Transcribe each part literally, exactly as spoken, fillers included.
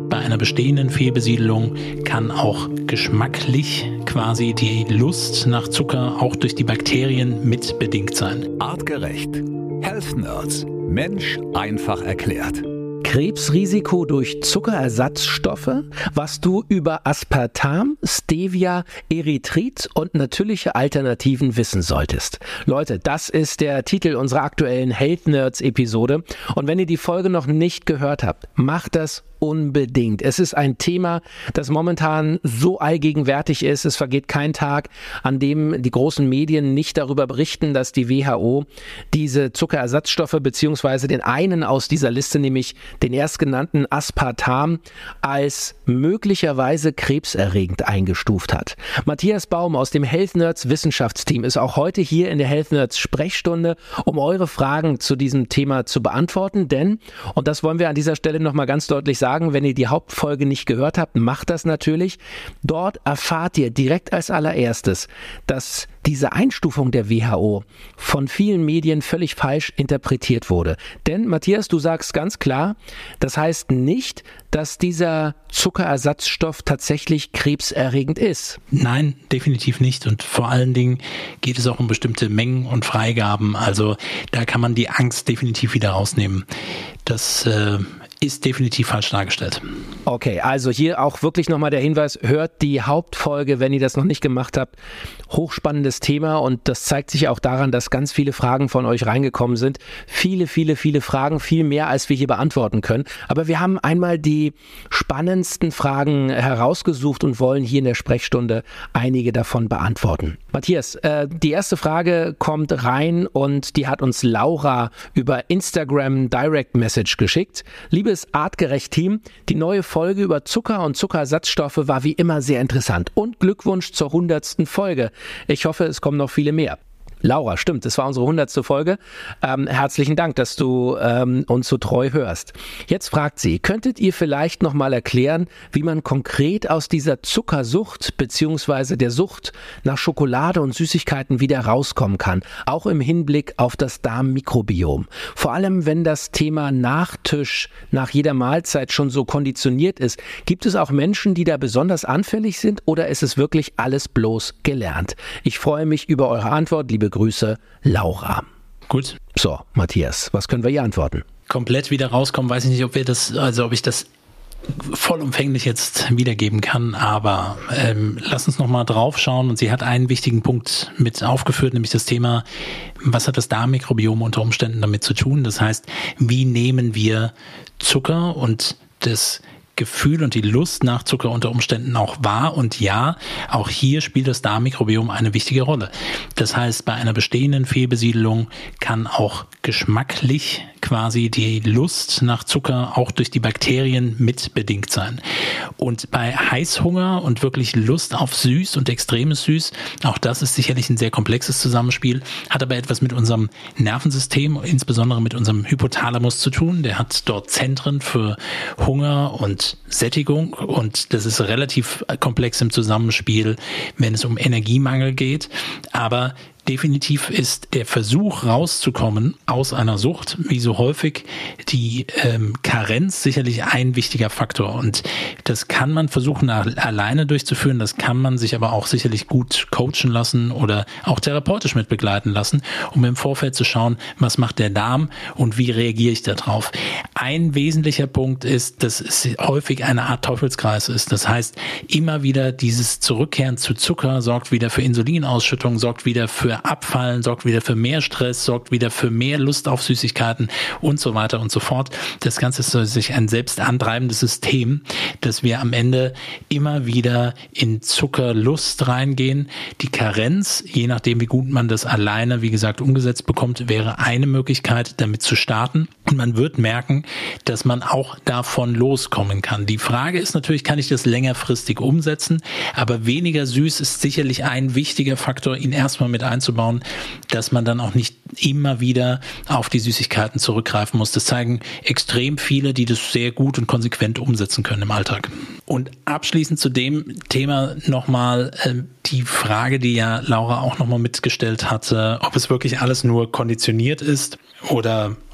bei einer bestehenden Fehlbesiedelung kann auch geschmacklich quasi die Lust nach Zucker auch durch die Bakterien mit bedingt sein. Artgerecht. Health Nerds. Mensch einfach erklärt. Krebsrisiko durch Zuckerersatzstoffe, was du über Aspartam, Stevia, Erythrit und natürliche Alternativen wissen solltest. Leute, das ist der Titel unserer aktuellen Health Nerds Episode. Und wenn ihr die Folge noch nicht gehört habt, macht das unbedingt. Es ist ein Thema, das momentan so allgegenwärtig ist. Es vergeht kein Tag, an dem die großen Medien nicht darüber berichten, dass die W H O diese Zuckerersatzstoffe beziehungsweise den einen aus dieser Liste, nämlich den erstgenannten Aspartam, als möglicherweise krebserregend eingestuft hat. Matthias Baum aus dem Health Nerds Wissenschaftsteam ist auch heute hier in der Health Nerds Sprechstunde, um eure Fragen zu diesem Thema zu beantworten. Denn, und das wollen wir an dieser Stelle nochmal ganz deutlich sagen, Sagen, wenn ihr die Hauptfolge nicht gehört habt, macht das natürlich. Dort erfahrt ihr direkt als allererstes, dass diese Einstufung der W H O von vielen Medien völlig falsch interpretiert wurde. Denn, Matthias, du sagst ganz klar, das heißt nicht, dass dieser Zuckerersatzstoff tatsächlich krebserregend ist. Nein, definitiv nicht. Und vor allen Dingen geht es auch um bestimmte Mengen und Freigaben. Also da kann man die Angst definitiv wieder rausnehmen. Das äh, ist definitiv falsch dargestellt. Okay, also hier auch wirklich nochmal der Hinweis, hört die Hauptfolge, wenn ihr das noch nicht gemacht habt. Hochspannendes Thema und das zeigt sich auch daran, dass ganz viele Fragen von euch reingekommen sind. Viele, viele, viele Fragen, viel mehr, als wir hier beantworten können. Aber wir haben einmal die spannendsten Fragen herausgesucht und wollen hier in der Sprechstunde einige davon beantworten. Matthias, äh, die erste Frage kommt rein und die hat uns Laura über Instagram Direct Message geschickt. Liebes Artgerecht-Team, die neue Folge über Zucker und Zuckerersatzstoffe war wie immer sehr interessant und Glückwunsch zur hundertsten Folge. Ich hoffe, es kommen noch viele mehr. Laura, stimmt, das war unsere hundertste Folge. Ähm, herzlichen Dank, dass du ähm, uns so treu hörst. Jetzt fragt sie, könntet ihr vielleicht nochmal erklären, wie man konkret aus dieser Zuckersucht bzw. der Sucht nach Schokolade und Süßigkeiten wieder rauskommen kann, auch im Hinblick auf das Darmmikrobiom? Vor allem, wenn das Thema Nachtisch nach jeder Mahlzeit schon so konditioniert ist, gibt es auch Menschen, die da besonders anfällig sind oder ist es wirklich alles bloß gelernt? Ich freue mich über eure Antwort, liebe Grüße, Laura. Gut. So, Matthias, was können wir hier antworten? Komplett wieder rauskommen, weiß ich nicht, ob wir das, also ob ich das vollumfänglich jetzt wiedergeben kann, aber ähm, lass uns nochmal drauf schauen und sie hat einen wichtigen Punkt mit aufgeführt, nämlich das Thema, was hat das Darmmikrobiom unter Umständen damit zu tun? Das heißt, wie nehmen wir Zucker und das Gefühl und die Lust nach Zucker unter Umständen auch wahr. Und ja, auch hier spielt das Darmmikrobiom eine wichtige Rolle. Das heißt, bei einer bestehenden Fehlbesiedelung kann auch geschmacklich quasi die Lust nach Zucker auch durch die Bakterien mit bedingt sein. Und bei Heißhunger und wirklich Lust auf Süß und extremes Süß, auch das ist sicherlich ein sehr komplexes Zusammenspiel, hat aber etwas mit unserem Nervensystem, insbesondere mit unserem Hypothalamus zu tun. Der hat dort Zentren für Hunger und Sättigung und das ist relativ komplex im Zusammenspiel, wenn es um Energiemangel geht. Aber definitiv ist der Versuch rauszukommen aus einer Sucht, wie so häufig, die ähm, Karenz sicherlich ein wichtiger Faktor. Und das kann man versuchen alleine durchzuführen, das kann man sich aber auch sicherlich gut coachen lassen oder auch therapeutisch mit begleiten lassen, um im Vorfeld zu schauen, was macht der Darm und wie reagiere ich darauf. Ein wesentlicher Punkt ist, dass es häufig eine Art Teufelskreis ist. Das heißt, immer wieder dieses Zurückkehren zu Zucker sorgt wieder für Insulinausschüttung, sorgt wieder für Abfallen, sorgt wieder für mehr Stress, sorgt wieder für mehr Lust auf Süßigkeiten und so weiter und so fort. Das Ganze ist sich ein selbst antreibendes System, dass wir am Ende immer wieder in Zuckerlust reingehen. Die Karenz, je nachdem wie gut man das alleine, wie gesagt, umgesetzt bekommt, wäre eine Möglichkeit, damit zu starten. Und man wird merken, dass man auch davon loskommen kann. Die Frage ist natürlich, kann ich das längerfristig umsetzen? Aber weniger süß ist sicherlich ein wichtiger Faktor, ihn erstmal mit einzubauen. Bauen, dass man dann auch nicht immer wieder auf die Süßigkeiten zurückgreifen muss. Das zeigen extrem viele, die das sehr gut und konsequent umsetzen können im Alltag. Und abschließend zu dem Thema nochmal äh, die Frage, die ja Laura auch nochmal mitgestellt hatte, ob es wirklich alles nur konditioniert ist oder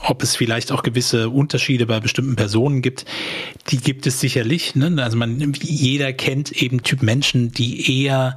ob es vielleicht auch gewisse Unterschiede bei bestimmten Personen gibt, die gibt es sicherlich. Ne? Also man, jeder kennt eben Typ Menschen, die eher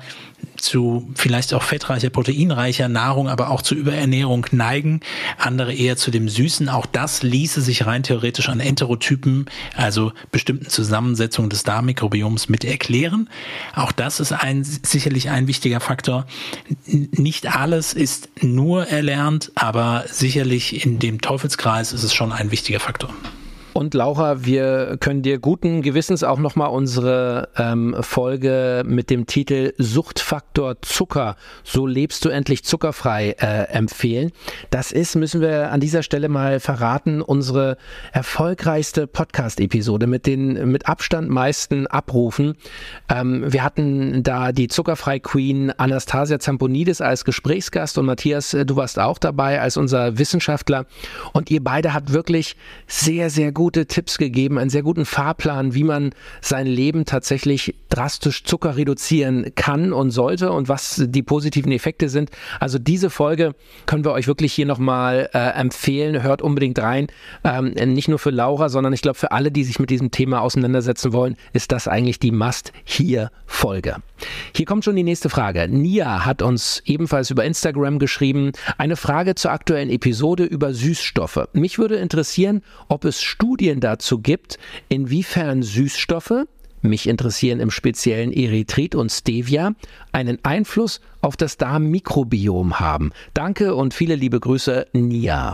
zu vielleicht auch fettreicher, proteinreicher Nahrung, aber auch zu Überernährung neigen. Andere eher zu dem Süßen. Auch das ließe sich rein theoretisch an Enterotypen, also bestimmten Zusammensetzungen des Darmmikrobioms mit erklären. Auch das ist ein, sicherlich ein wichtiger Faktor. Nicht alles ist nur erlernt, aber sicherlich in dem Teufelskreis ist es schon ein wichtiger Faktor. Und Laura, wir können dir guten Gewissens auch nochmal unsere ähm, Folge mit dem Titel Suchtfaktor Zucker, so lebst du endlich zuckerfrei äh, empfehlen. Das ist, müssen wir an dieser Stelle mal verraten, unsere erfolgreichste Podcast-Episode mit den mit Abstand meisten Abrufen. Ähm, wir hatten da die Zuckerfrei-Queen Anastasia Zamponidis als Gesprächsgast und Matthias, du warst auch dabei als unser Wissenschaftler und ihr beide habt wirklich sehr, sehr gut gute Tipps gegeben, einen sehr guten Fahrplan, wie man sein Leben tatsächlich drastisch Zucker reduzieren kann und sollte und was die positiven Effekte sind. Also diese Folge können wir euch wirklich hier nochmal äh, empfehlen. Hört unbedingt rein. Ähm, nicht nur für Laura, sondern ich glaube für alle, die sich mit diesem Thema auseinandersetzen wollen, ist das eigentlich die Must-Hear-Folge. Hier kommt schon die nächste Frage. Nia hat uns ebenfalls über Instagram geschrieben, eine Frage zur aktuellen Episode über Süßstoffe. Mich würde interessieren, ob es Studien dazu gibt, inwiefern Süßstoffe, mich interessieren im Speziellen Erythrit und Stevia, einen Einfluss auf das Darmmikrobiom haben. Danke und viele liebe Grüße, Nia.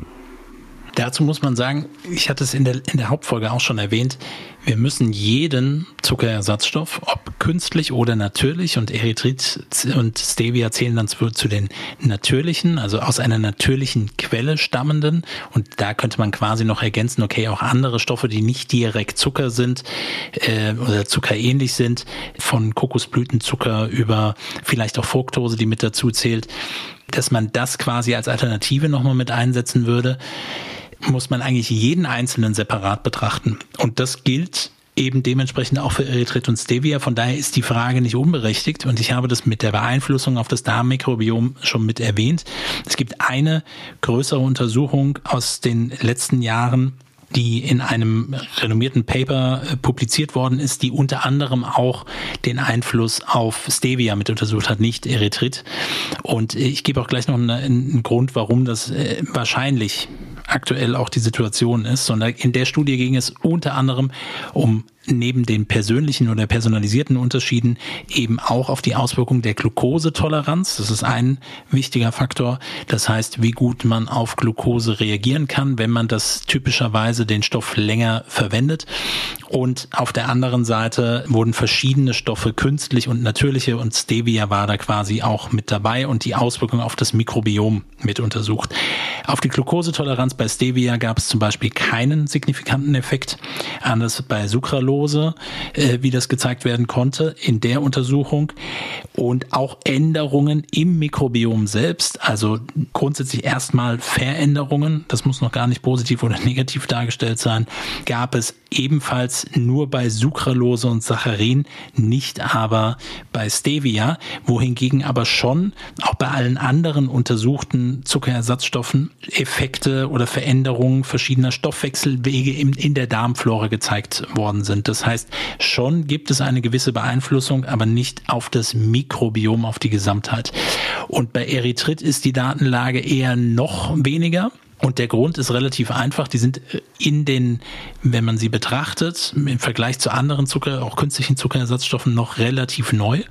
Dazu muss man sagen, ich hatte es in der, in der Hauptfolge auch schon erwähnt, wir müssen jeden Zuckerersatzstoff, ob künstlich oder natürlich, und Erythrit und Stevia zählen dann zu, zu den natürlichen, also aus einer natürlichen Quelle stammenden, und da könnte man quasi noch ergänzen, okay, auch andere Stoffe, die nicht direkt Zucker sind äh, oder zuckerähnlich sind, von Kokosblütenzucker über vielleicht auch Fructose, die mit dazu zählt, dass man das quasi als Alternative nochmal mit einsetzen würde, muss man eigentlich jeden einzelnen separat betrachten. Und das gilt eben dementsprechend auch für Erythrit und Stevia. Von daher ist die Frage nicht unberechtigt. Und ich habe das mit der Beeinflussung auf das Darmmikrobiom schon mit erwähnt. Es gibt eine größere Untersuchung aus den letzten Jahren, die in einem renommierten Paper äh, publiziert worden ist, die unter anderem auch den Einfluss auf Stevia mit untersucht hat, nicht Erythrit. Und äh, ich gebe auch gleich noch eine, einen Grund, warum das äh, wahrscheinlich aktuell auch die Situation ist, sondern in der Studie ging es unter anderem um neben den persönlichen oder personalisierten Unterschieden eben auch auf die Auswirkung der Glukosetoleranz. Das ist ein wichtiger Faktor. Das heißt, wie gut man auf Glukose reagieren kann, wenn man das typischerweise den Stoff länger verwendet. Und auf der anderen Seite wurden verschiedene Stoffe, künstlich und natürliche, und Stevia war da quasi auch mit dabei und die Auswirkungen auf das Mikrobiom mit untersucht. Auf die Glukosetoleranz bei Stevia gab es zum Beispiel keinen signifikanten Effekt, anders bei Sucralose, äh, wie das gezeigt werden konnte in der Untersuchung, und auch Änderungen im Mikrobiom selbst, also grundsätzlich erstmal Veränderungen, das muss noch gar nicht positiv oder negativ dargestellt sein, gab es ebenfalls nur bei Sucralose und Saccharin, nicht aber bei Stevia, wohingegen aber schon auch bei allen anderen untersuchten Zuckerersatzstoffen Effekte oder Veränderungen verschiedener Stoffwechselwege in, in der Darmflora gezeigt worden sind. Das heißt, schon gibt es eine gewisse Beeinflussung, aber nicht auf das Mikrobiom, auf die Gesamtheit. Und bei Erythrit ist die Datenlage eher noch weniger. Und der Grund ist relativ einfach. Die sind in den, wenn man sie betrachtet, im Vergleich zu anderen Zucker, auch künstlichen Zuckerersatzstoffen, noch relativ neu.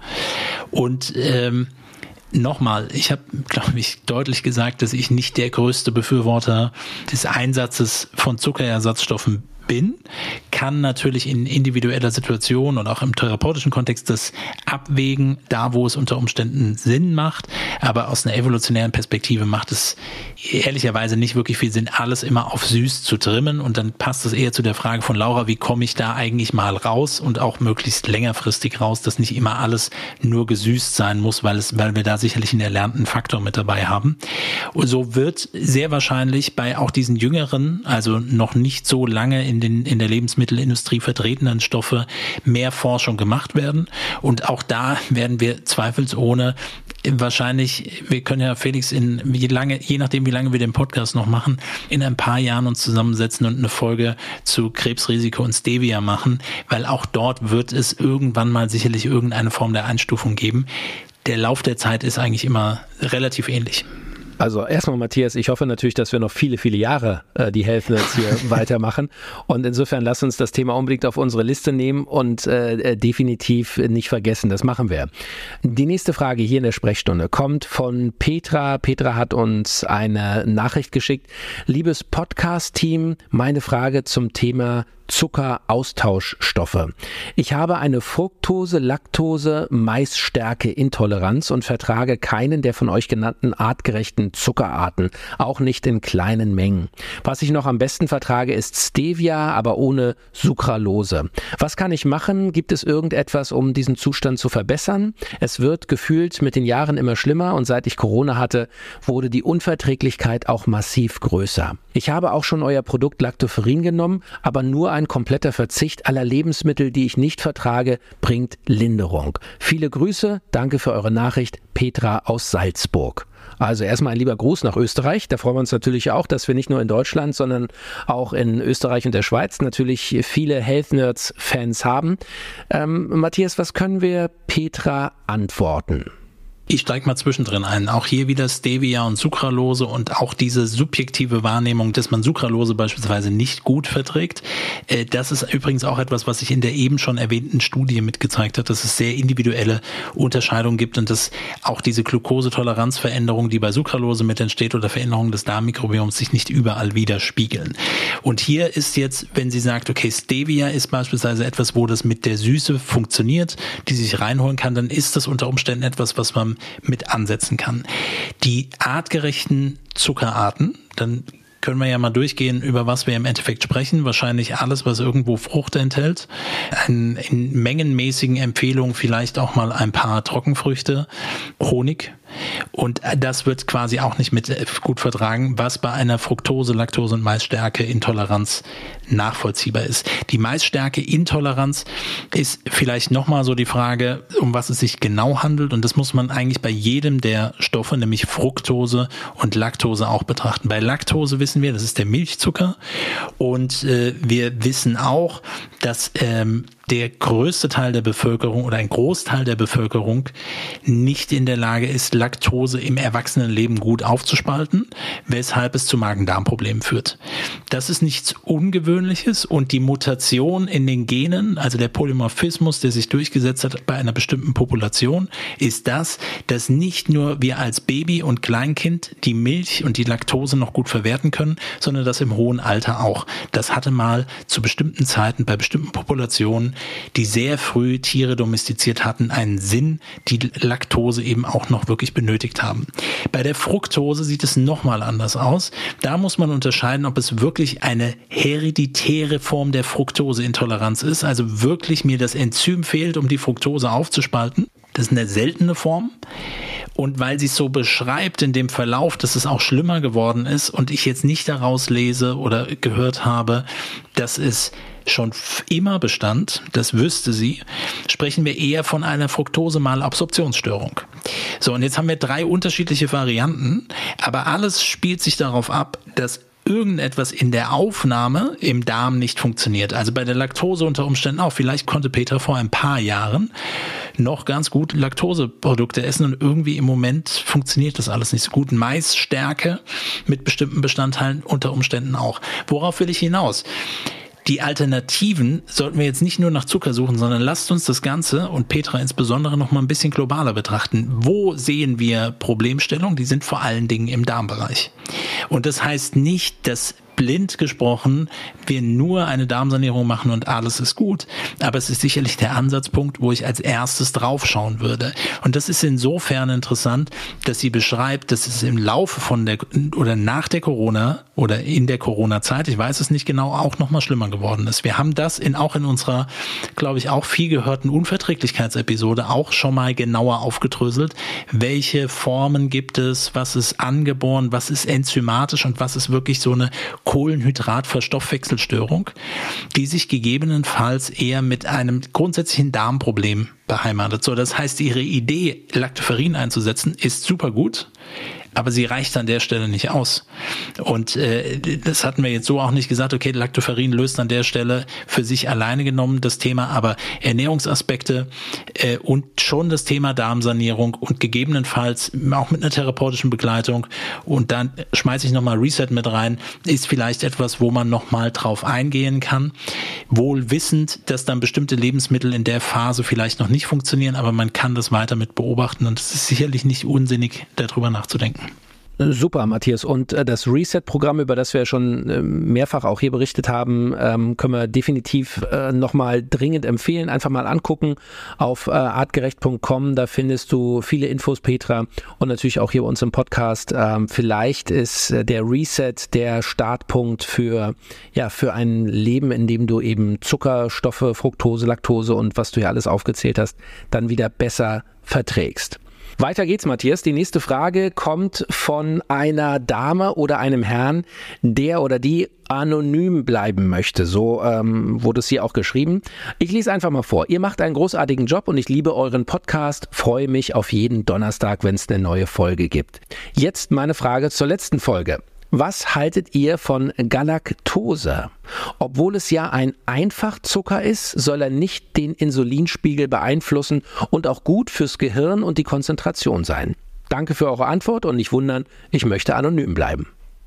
Und ähm, nochmal, ich habe, glaube ich, deutlich gesagt, dass ich nicht der größte Befürworter des Einsatzes von Zuckerersatzstoffen bin, kann natürlich in individueller Situation und auch im therapeutischen Kontext das abwägen, da wo es unter Umständen Sinn macht, aber aus einer evolutionären Perspektive macht es ehrlicherweise nicht wirklich viel Sinn, alles immer auf süß zu trimmen, und dann passt es eher zu der Frage von Laura, wie komme ich da eigentlich mal raus und auch möglichst längerfristig raus, dass nicht immer alles nur gesüßt sein muss, weil es, weil wir da sicherlich einen erlernten Faktor mit dabei haben. Und so wird sehr wahrscheinlich bei auch diesen jüngeren, also noch nicht so lange in den in der Lebensmittelindustrie vertretenen Stoffe mehr Forschung gemacht werden. Und auch da werden wir zweifelsohne wahrscheinlich, wir können ja Felix in wie lange, je nachdem wie lange wir den Podcast noch machen, in ein paar Jahren uns zusammensetzen und eine Folge zu Krebsrisiko und Stevia machen, weil auch dort wird es irgendwann mal sicherlich irgendeine Form der Einstufung geben. Der Lauf der Zeit ist eigentlich immer relativ ähnlich. Also erstmal, Matthias, ich hoffe natürlich, dass wir noch viele, viele Jahre äh, die Health Nerds hier weitermachen. Und insofern lass uns das Thema unbedingt auf unsere Liste nehmen und äh, definitiv nicht vergessen. Das machen wir. Die nächste Frage hier in der Sprechstunde kommt von Petra. Petra hat uns eine Nachricht geschickt. Liebes Podcast-Team, meine Frage zum Thema Zuckeraustauschstoffe. Ich habe eine Fructose, Laktose, Maisstärke-Intoleranz und vertrage keinen der von euch genannten artgerechten Zuckerarten, auch nicht in kleinen Mengen. Was ich noch am besten vertrage, ist Stevia, aber ohne Sucralose. Was kann ich machen? Gibt es irgendetwas, um diesen Zustand zu verbessern? Es wird gefühlt mit den Jahren immer schlimmer und seit ich Corona hatte, wurde die Unverträglichkeit auch massiv größer. Ich habe auch schon euer Produkt Lactoferrin genommen, aber nur ein kompletter Verzicht aller Lebensmittel, die ich nicht vertrage, bringt Linderung. Viele Grüße, danke für eure Nachricht, Petra aus Salzburg. Also erstmal ein lieber Gruß nach Österreich. Da freuen wir uns natürlich auch, dass wir nicht nur in Deutschland, sondern auch in Österreich und der Schweiz natürlich viele Health Nerds Fans haben. Ähm, Matthias, was können wir Petra antworten? Ich steige mal zwischendrin ein. Auch hier wieder Stevia und Sucralose und auch diese subjektive Wahrnehmung, dass man Sucralose beispielsweise nicht gut verträgt. Das ist übrigens auch etwas, was sich in der eben schon erwähnten Studie mitgezeigt hat, dass es sehr individuelle Unterscheidungen gibt und dass auch diese Glukosetoleranzveränderung, die bei Sucralose mit entsteht oder Veränderungen des Darmmikrobioms sich nicht überall widerspiegeln. Und hier ist jetzt, wenn sie sagt, okay, Stevia ist beispielsweise etwas, wo das mit der Süße funktioniert, die sie sich reinholen kann, dann ist das unter Umständen etwas, was man mit ansetzen kann. Die artgerechten Zuckerarten, dann können wir ja mal durchgehen, über was wir im Endeffekt sprechen. Wahrscheinlich alles, was irgendwo Frucht enthält. Ein, in mengenmäßigen Empfehlungen vielleicht auch mal ein paar Trockenfrüchte, Honig. Und das wird quasi auch nicht mit gut vertragen, was bei einer Fructose, Laktose und Maisstärke-Intoleranz nachvollziehbar ist. Die Maisstärke-Intoleranz ist vielleicht nochmal so die Frage, um was es sich genau handelt. Und das muss man eigentlich bei jedem der Stoffe, nämlich Fructose und Laktose auch betrachten. Bei Laktose wissen wir, das ist der Milchzucker. Und äh, wir wissen auch, dass ähm, der größte Teil der Bevölkerung oder ein Großteil der Bevölkerung nicht in der Lage ist, Laktose im Erwachsenenleben gut aufzuspalten, weshalb es zu Magen-Darm-Problemen führt. Das ist nichts Ungewöhnliches und die Mutation in den Genen, also der Polymorphismus, der sich durchgesetzt hat bei einer bestimmten Population, ist das, dass nicht nur wir als Baby und Kleinkind die Milch und die Laktose noch gut verwerten können, sondern das im hohen Alter auch. Das hatte mal zu bestimmten Zeiten bei bestimmten Populationen, die sehr früh Tiere domestiziert hatten, einen Sinn, die Laktose eben auch noch wirklich benötigt haben. Bei der Fructose sieht es nochmal anders aus. Da muss man unterscheiden, ob es wirklich eine hereditäre Form der Fructoseintoleranz ist, also wirklich mir das Enzym fehlt, um die Fructose aufzuspalten. Das ist eine seltene Form. Und weil sie es so beschreibt in dem Verlauf, dass es auch schlimmer geworden ist und ich jetzt nicht daraus lese oder gehört habe, dass es schon immer bestand, das wüsste sie, sprechen wir eher von einer Fructose-Malabsorptionsstörung. So, und jetzt haben wir drei unterschiedliche Varianten, aber alles spielt sich darauf ab, dass irgendetwas in der Aufnahme im Darm nicht funktioniert. Also bei der Laktose unter Umständen auch. Vielleicht konnte Petra vor ein paar Jahren noch ganz gut Laktoseprodukte essen und irgendwie im Moment funktioniert das alles nicht so gut. Maisstärke mit bestimmten Bestandteilen unter Umständen auch. Worauf will ich hinaus? Die Alternativen sollten wir jetzt nicht nur nach Zucker suchen, sondern lasst uns das Ganze und Petra insbesondere noch mal ein bisschen globaler betrachten. Wo sehen wir Problemstellungen? Die sind vor allen Dingen im Darmbereich. Und das heißt nicht, dass blind gesprochen wir nur eine Darmsanierung machen und alles ist gut. Aber es ist sicherlich der Ansatzpunkt, wo ich als erstes draufschauen würde. Und das ist insofern interessant, dass sie beschreibt, dass es im Laufe von der oder nach der Corona oder in der Corona-Zeit, ich weiß es nicht genau, auch noch mal schlimmer geworden ist. Wir haben das in, auch in unserer glaube ich, auch viel gehörten Unverträglichkeitsepisode auch schon mal genauer aufgedröselt. Welche Formen gibt es? Was ist angeboren? Was ist enzymatisch? Und was ist wirklich so eine Kohlenhydratverstoffwechselstörung, die sich gegebenenfalls eher mit einem grundsätzlichen Darmproblem beheimatet. So, das heißt, ihre Idee, Lactoferrin einzusetzen, ist super gut, aber sie reicht an der Stelle nicht aus. Und äh, das hatten wir jetzt so auch nicht gesagt, okay, Lactoferrin löst an der Stelle für sich alleine genommen das Thema, aber Ernährungsaspekte äh, und schon das Thema Darmsanierung und gegebenenfalls auch mit einer therapeutischen Begleitung und dann schmeiße ich nochmal Reset mit rein, ist vielleicht etwas, wo man nochmal drauf eingehen kann, wohl wissend, dass dann bestimmte Lebensmittel in der Phase vielleicht noch nicht funktionieren, aber man kann das weiter mit beobachten und es ist sicherlich nicht unsinnig, darüber nachzudenken. Super, Matthias. Und äh, das Reset-Programm, über das wir schon äh, mehrfach auch hier berichtet haben, ähm, können wir definitiv äh, nochmal dringend empfehlen. Einfach mal angucken auf äh, artgerecht punkt com. Da findest du viele Infos, Petra, und natürlich auch hier bei uns im Podcast. Ähm, vielleicht ist äh, der Reset der Startpunkt für, ja, für ein Leben, in dem du eben Zuckerstoffe, Fructose, Laktose und was du hier alles aufgezählt hast, dann wieder besser verträgst. Weiter geht's, Matthias. Die nächste Frage kommt von einer Dame oder einem Herrn, der oder die anonym bleiben möchte. So ähm, wurde es hier auch geschrieben. Ich lese einfach mal vor. Ihr macht einen großartigen Job und ich liebe euren Podcast. Freue mich auf jeden Donnerstag, wenn es eine neue Folge gibt. Jetzt meine Frage zur letzten Folge. Was haltet ihr von Galaktose? Obwohl es ja ein Einfachzucker ist, soll er nicht den Insulinspiegel beeinflussen und auch gut fürs Gehirn und die Konzentration sein. Danke für eure Antwort und nicht wundern, ich möchte anonym bleiben.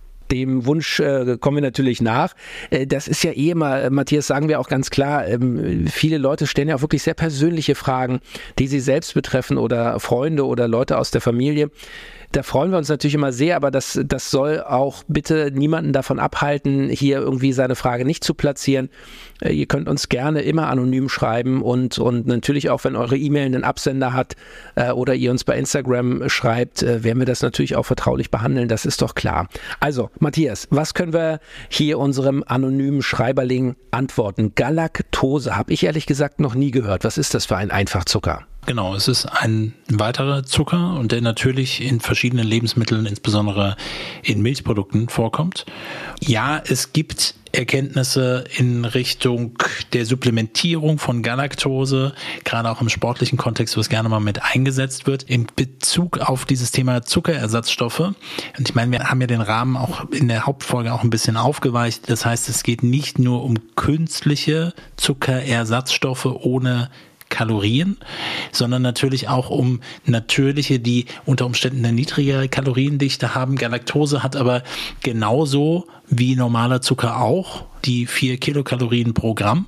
Dem Wunsch äh, kommen wir natürlich nach. Äh, das ist ja eh immer, Matthias, sagen wir auch ganz klar, ähm, viele Leute stellen ja auch wirklich sehr persönliche Fragen, die sie selbst betreffen oder Freunde oder Leute aus der Familie. Da freuen wir uns natürlich immer sehr, aber das, das soll auch bitte niemanden davon abhalten, hier irgendwie seine Frage nicht zu platzieren. Äh, ihr könnt uns gerne immer anonym schreiben und, und natürlich auch, wenn eure E-Mail einen Absender hat äh, oder ihr uns bei Instagram schreibt, äh, werden wir das natürlich auch vertraulich behandeln, das ist doch klar. Also, Matthias, was können wir hier unserem anonymen Schreiberling antworten? Galaktose habe ich ehrlich gesagt noch nie gehört. Was ist das für ein Einfachzucker? Genau, es ist ein weiterer Zucker und der natürlich in verschiedenen Lebensmitteln, insbesondere in Milchprodukten, vorkommt. Ja, es gibt Erkenntnisse in Richtung der Supplementierung von Galaktose, gerade auch im sportlichen Kontext, wo es gerne mal mit eingesetzt wird, in Bezug auf dieses Thema Zuckerersatzstoffe. Und ich meine, wir haben ja den Rahmen auch in der Hauptfolge auch ein bisschen aufgeweicht. Das heißt, es geht nicht nur um künstliche Zuckerersatzstoffe ohne Kalorien, sondern natürlich auch um natürliche, die unter Umständen eine niedrigere Kaloriendichte haben. Galaktose hat aber genauso wie normaler Zucker auch die vier Kilokalorien pro Gramm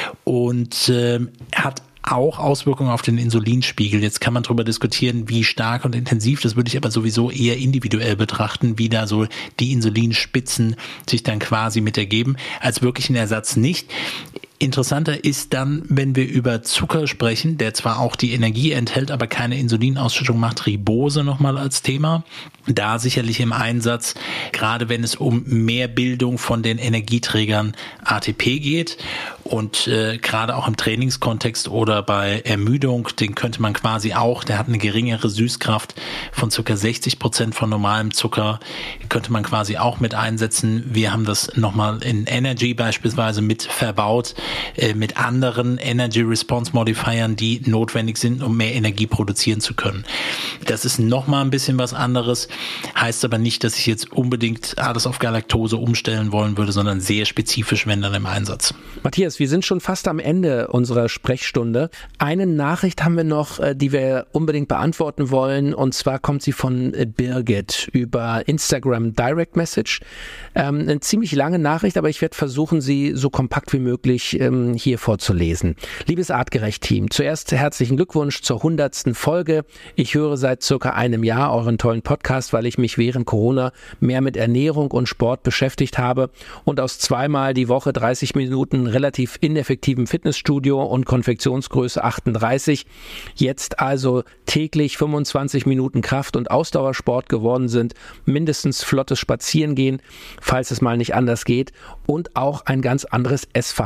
und äh, hat auch Auswirkungen auf den Insulinspiegel. Jetzt kann man darüber diskutieren, wie stark und intensiv, das würde ich aber sowieso eher individuell betrachten, wie da so die Insulinspitzen sich dann quasi mit ergeben, als wirklich ein Ersatz nicht. Interessanter ist dann, wenn wir über Zucker sprechen, der zwar auch die Energie enthält, aber keine Insulinausschüttung macht, Ribose nochmal als Thema. Da sicherlich im Einsatz, gerade wenn es um Mehrbildung von den Energieträgern A T P geht und äh, gerade auch im Trainingskontext oder bei Ermüdung, den könnte man quasi auch, der hat eine geringere Süßkraft von ca. sechzig Prozent von normalem Zucker, könnte man quasi auch mit einsetzen. Wir haben das nochmal in Energy beispielsweise mit verbaut, äh, mit anderen Energy Response Modifiern, die notwendig sind, um mehr Energie produzieren zu können. Das ist nochmal ein bisschen was anderes. Heißt aber nicht, dass ich jetzt unbedingt alles auf Galaktose umstellen wollen würde, sondern sehr spezifisch, wenn dann im Einsatz. Matthias, wir sind schon fast am Ende unserer Sprechstunde. Eine Nachricht haben wir noch, die wir unbedingt beantworten wollen, und zwar kommt sie von Birgit über Instagram Direct Message. Ähm, eine ziemlich lange Nachricht, aber ich werde versuchen, sie so kompakt wie möglich ähm, hier vorzulesen. Liebes Artgerecht-Team, zuerst herzlichen Glückwunsch zur hundertsten Folge. Ich höre seit circa einem Jahr euren tollen Podcast, weil ich mich während Corona mehr mit Ernährung und Sport beschäftigt habe und aus zweimal die Woche dreißig Minuten relativ ineffektivem Fitnessstudio und Konfektionsgröße achtunddreißig jetzt also täglich fünfundzwanzig Minuten Kraft- und Ausdauersport geworden sind, mindestens flottes Spazierengehen, falls es mal nicht anders geht, und auch ein ganz anderes Essverhalten.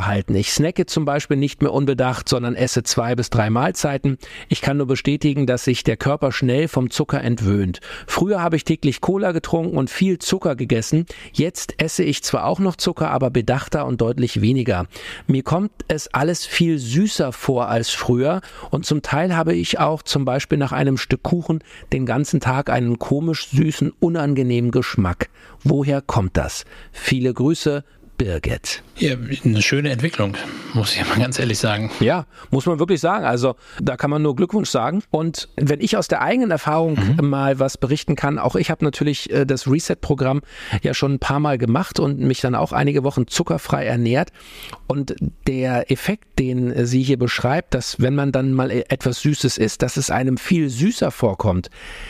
Ich snacke zum Beispiel nicht mehr unbedacht, sondern esse zwei bis drei Mahlzeiten. Ich kann nur bestätigen, dass sich der Körper schnell vom Zucker entwöhnt. Früher habe ich täglich Cola getrunken und viel Zucker gegessen. Jetzt esse ich zwar auch noch Zucker, aber bedachter und deutlich weniger. Mir kommt es alles viel süßer vor als früher und zum Teil habe ich auch zum Beispiel nach einem Stück Kuchen den ganzen Tag einen komisch süßen, unangenehmen Geschmack. Woher kommt das? Viele Grüße, Birgit. Ja, eine schöne Entwicklung, muss ich mal ganz ehrlich sagen. Ja, muss man wirklich sagen. Also da kann man nur Glückwunsch sagen. Und wenn ich aus der eigenen Erfahrung mhm. mal was berichten kann, auch ich habe natürlich äh, das Reset-Programm ja schon ein paar Mal gemacht und mich dann auch einige Wochen zuckerfrei ernährt. Und der Effekt, den sie hier beschreibt, dass wenn man dann mal etwas Süßes isst, dass es einem viel süßer vorkommt,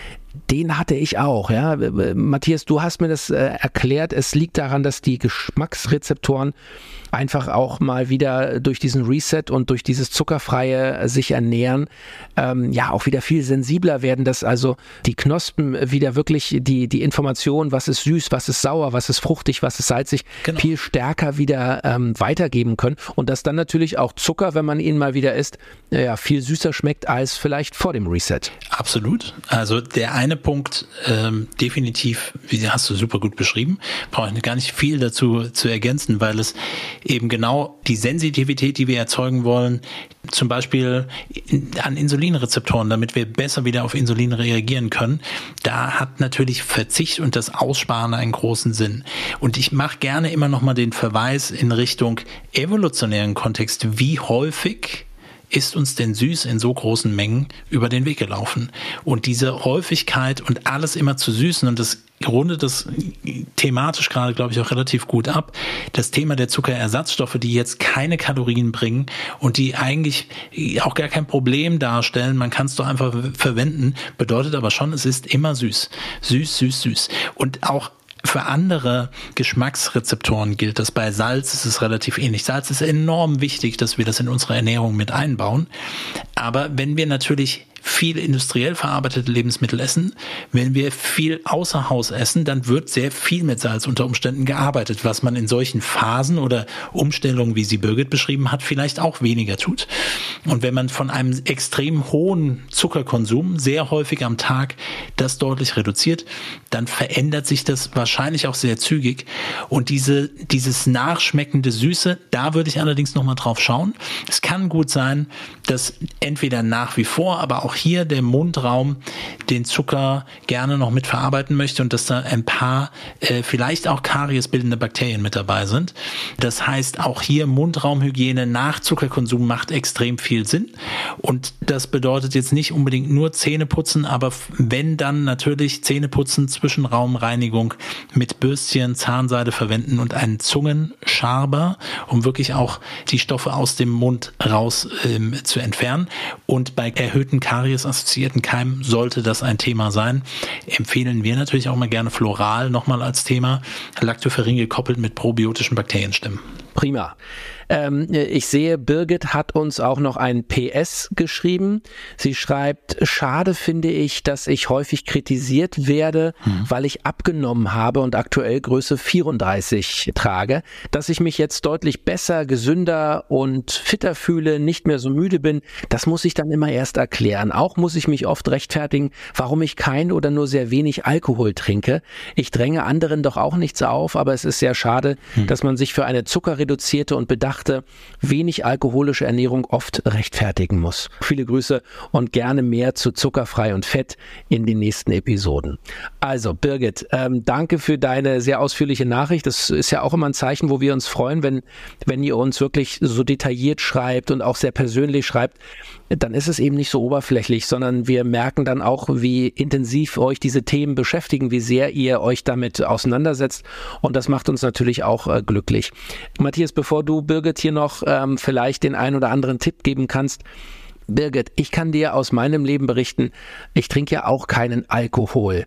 den hatte ich auch, ja. Matthias, du hast mir das äh, erklärt. Es liegt daran, dass die Geschmacksrezeptoren einfach auch mal wieder durch diesen Reset und durch dieses Zuckerfreie äh, sich ernähren, ähm, ja, auch wieder viel sensibler werden, dass also die Knospen wieder wirklich die, die Information, was ist süß, was ist sauer, was ist fruchtig, was ist salzig, genau. viel stärker wieder ähm, weitergeben können und dass dann natürlich auch Zucker, wenn man ihn mal wieder isst, äh, ja, viel süßer schmeckt als vielleicht vor dem Reset. Absolut. Also der eine Punkt, ähm, definitiv, wie hast du super gut beschrieben, brauche ich gar nicht viel dazu zu ergänzen, weil es eben genau die Sensitivität, die wir erzeugen wollen, zum Beispiel an Insulinrezeptoren, damit wir besser wieder auf Insulin reagieren können, da hat natürlich Verzicht und das Aussparen einen großen Sinn. Und ich mache gerne immer nochmal den Verweis in Richtung evolutionären Kontext, wie häufig ist uns denn süß in so großen Mengen über den Weg gelaufen? Und diese Häufigkeit und alles immer zu süßen, und das rundet das thematisch gerade, glaube ich, auch relativ gut ab, das Thema der Zuckerersatzstoffe, die jetzt keine Kalorien bringen und die eigentlich auch gar kein Problem darstellen, man kann es doch einfach verwenden, bedeutet aber schon, es ist immer süß. Süß, süß, süß. Und auch für andere Geschmacksrezeptoren gilt das. Bei Salz ist es relativ ähnlich. Salz ist enorm wichtig, dass wir das in unsere Ernährung mit einbauen. Aber wenn wir natürlich viel industriell verarbeitete Lebensmittel essen, wenn wir viel außer Haus essen, dann wird sehr viel mit Salz unter Umständen gearbeitet, was man in solchen Phasen oder Umstellungen, wie sie Birgit beschrieben hat, vielleicht auch weniger tut. Und wenn man von einem extrem hohen Zuckerkonsum sehr häufig am Tag das deutlich reduziert, dann verändert sich das wahrscheinlich auch sehr zügig. Und diese, dieses nachschmeckende Süße, da würde ich allerdings nochmal drauf schauen. Es kann gut sein, dass entweder nach wie vor, aber auch hier der Mundraum den Zucker gerne noch mit verarbeiten möchte und dass da ein paar äh, vielleicht auch kariesbildende Bakterien mit dabei sind. Das heißt, auch hier Mundraumhygiene nach Zuckerkonsum macht extrem viel Sinn. Und das bedeutet jetzt nicht unbedingt nur Zähneputzen, aber wenn dann natürlich Zähneputzen, Zwischenraumreinigung mit Bürstchen, Zahnseide verwenden und einen Zungenschaber, um wirklich auch die Stoffe aus dem Mund raus ähm, zu entfernen. Und bei erhöhten Karies-assoziierten Keimen sollte das ein Thema sein. Empfehlen wir natürlich auch mal gerne floral nochmal als Thema. Lactoferrin gekoppelt mit probiotischen Bakterienstämmen. Prima. Ähm, ich sehe, Birgit hat uns auch noch ein P S geschrieben. Sie schreibt, schade finde ich, dass ich häufig kritisiert werde, hm. weil ich abgenommen habe und aktuell Größe vierunddreißig trage. Dass ich mich jetzt deutlich besser, gesünder und fitter fühle, nicht mehr so müde bin, das muss ich dann immer erst erklären. Auch muss ich mich oft rechtfertigen, warum ich kein oder nur sehr wenig Alkohol trinke. Ich dränge anderen doch auch nichts auf, aber es ist sehr schade, hm. dass man sich für eine zuckerreduzierte und bedachte, wenig alkoholische Ernährung oft rechtfertigen muss. Viele Grüße und gerne mehr zu Zuckerfrei und Fett in den nächsten Episoden. Also Birgit, ähm, danke für deine sehr ausführliche Nachricht. Das ist ja auch immer ein Zeichen, wo wir uns freuen, wenn, wenn ihr uns wirklich so detailliert schreibt und auch sehr persönlich schreibt. Dann ist es eben nicht so oberflächlich, sondern wir merken dann auch, wie intensiv euch diese Themen beschäftigen, wie sehr ihr euch damit auseinandersetzt und das macht uns natürlich auch äh, glücklich. Matthias, bevor du Birgit hier noch ähm, vielleicht den ein oder anderen Tipp geben kannst, Birgit, ich kann dir aus meinem Leben berichten, ich trinke ja auch keinen Alkohol.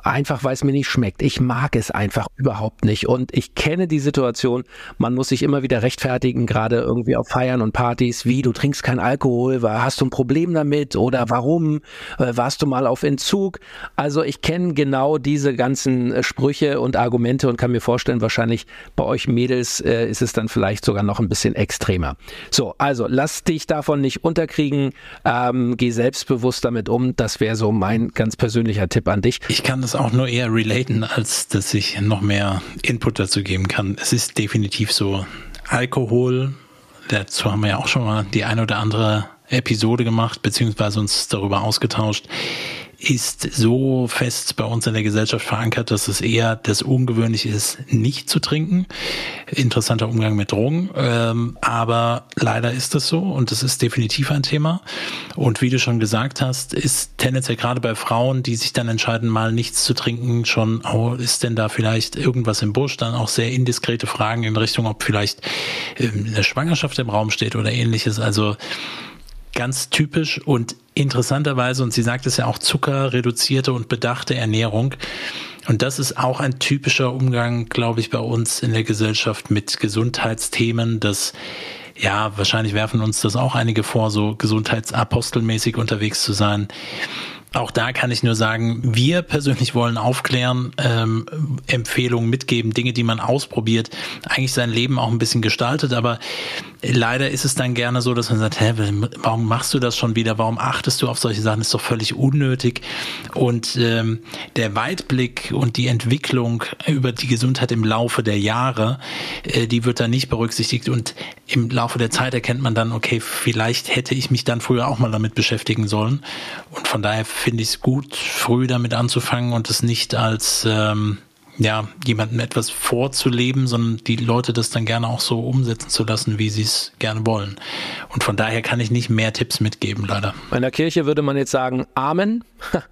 einfach weil es mir nicht schmeckt. Ich mag es einfach überhaupt nicht und ich kenne die Situation, man muss sich immer wieder rechtfertigen, gerade irgendwie auf Feiern und Partys, wie, du trinkst kein Alkohol, hast du ein Problem damit oder warum, warst du mal auf Entzug? Also ich kenne genau diese ganzen Sprüche und Argumente und kann mir vorstellen, wahrscheinlich bei euch Mädels äh, ist es dann vielleicht sogar noch ein bisschen extremer. So, also lass dich davon nicht unterkriegen, ähm, geh selbstbewusst damit um, das wäre so mein ganz persönlicher Tipp an dich. Ich kann das auch nur eher relaten, als dass ich noch mehr Input dazu geben kann. Es ist definitiv so, Alkohol, dazu haben wir ja auch schon mal die eine oder andere Episode gemacht, beziehungsweise uns darüber ausgetauscht, ist so fest bei uns in der Gesellschaft verankert, dass es eher das Ungewöhnliche ist, nicht zu trinken. Interessanter Umgang mit Drogen, ähm, aber leider ist das so und das ist definitiv ein Thema. Und wie du schon gesagt hast, ist tendenziell gerade bei Frauen, die sich dann entscheiden, mal nichts zu trinken, schon, oh, ist denn da vielleicht irgendwas im Busch? Dann auch sehr indiskrete Fragen in Richtung, ob vielleicht ähm, eine Schwangerschaft im Raum steht oder ähnliches. Also ganz typisch und interessanterweise, und sie sagt es ja auch, zuckerreduzierte und bedachte Ernährung. Und das ist auch ein typischer Umgang, glaube ich, bei uns in der Gesellschaft mit Gesundheitsthemen, dass, ja, wahrscheinlich werfen uns das auch einige vor, so gesundheitsapostelmäßig unterwegs zu sein. Auch da kann ich nur sagen, wir persönlich wollen aufklären, ähm, Empfehlungen mitgeben, Dinge, die man ausprobiert, eigentlich sein Leben auch ein bisschen gestaltet, aber leider ist es dann gerne so, dass man sagt, hä, warum machst du das schon wieder, warum achtest du auf solche Sachen, das ist doch völlig unnötig und ähm, der Weitblick und die Entwicklung über die Gesundheit im Laufe der Jahre, äh, die wird dann nicht berücksichtigt und im Laufe der Zeit erkennt man dann, okay, vielleicht hätte ich mich dann früher auch mal damit beschäftigen sollen und von daher finde ich es gut, früh damit anzufangen und es nicht als ähm, ja jemandem etwas vorzuleben, sondern die Leute das dann gerne auch so umsetzen zu lassen, wie sie es gerne wollen. Und von daher kann ich nicht mehr Tipps mitgeben, leider. In der Kirche würde man jetzt sagen, Amen.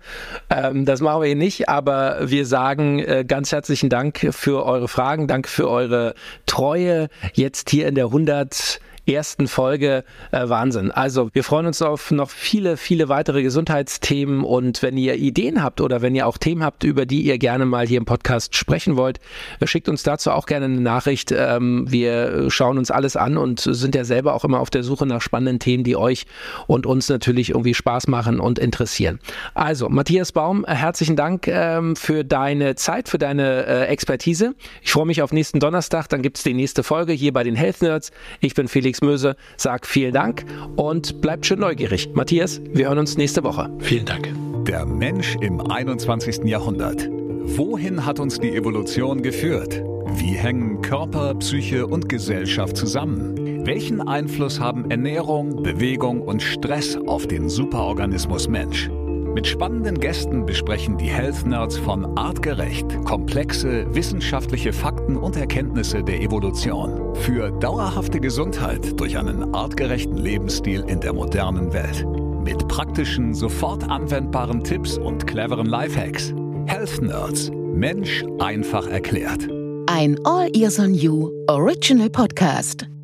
ähm, das machen wir hier nicht, aber wir sagen äh, ganz herzlichen Dank für eure Fragen, danke für eure Treue jetzt hier in der hundert ersten Folge, äh, Wahnsinn. Also wir freuen uns auf noch viele, viele weitere Gesundheitsthemen und wenn ihr Ideen habt oder wenn ihr auch Themen habt, über die ihr gerne mal hier im Podcast sprechen wollt, schickt uns dazu auch gerne eine Nachricht. Ähm, wir schauen uns alles an und sind ja selber auch immer auf der Suche nach spannenden Themen, die euch und uns natürlich irgendwie Spaß machen und interessieren. Also Matthias Baum, herzlichen Dank ähm, für deine Zeit, für deine äh, Expertise. Ich freue mich auf nächsten Donnerstag, dann gibt es die nächste Folge hier bei den Health Nerds. Ich bin Felix Möse, sag vielen Dank und bleibt schön neugierig. Matthias, wir hören uns nächste Woche. Vielen Dank. Der Mensch im einundzwanzigsten Jahrhundert. Wohin hat uns die Evolution geführt? Wie hängen Körper, Psyche und Gesellschaft zusammen? Welchen Einfluss haben Ernährung, Bewegung und Stress auf den Superorganismus Mensch? Mit spannenden Gästen besprechen die Health Nerds von Artgerecht komplexe wissenschaftliche Fakten und Erkenntnisse der Evolution für dauerhafte Gesundheit durch einen artgerechten Lebensstil in der modernen Welt. Mit praktischen, sofort anwendbaren Tipps und cleveren Lifehacks. Health Nerds. Mensch einfach erklärt. Ein All Ears on You Original Podcast.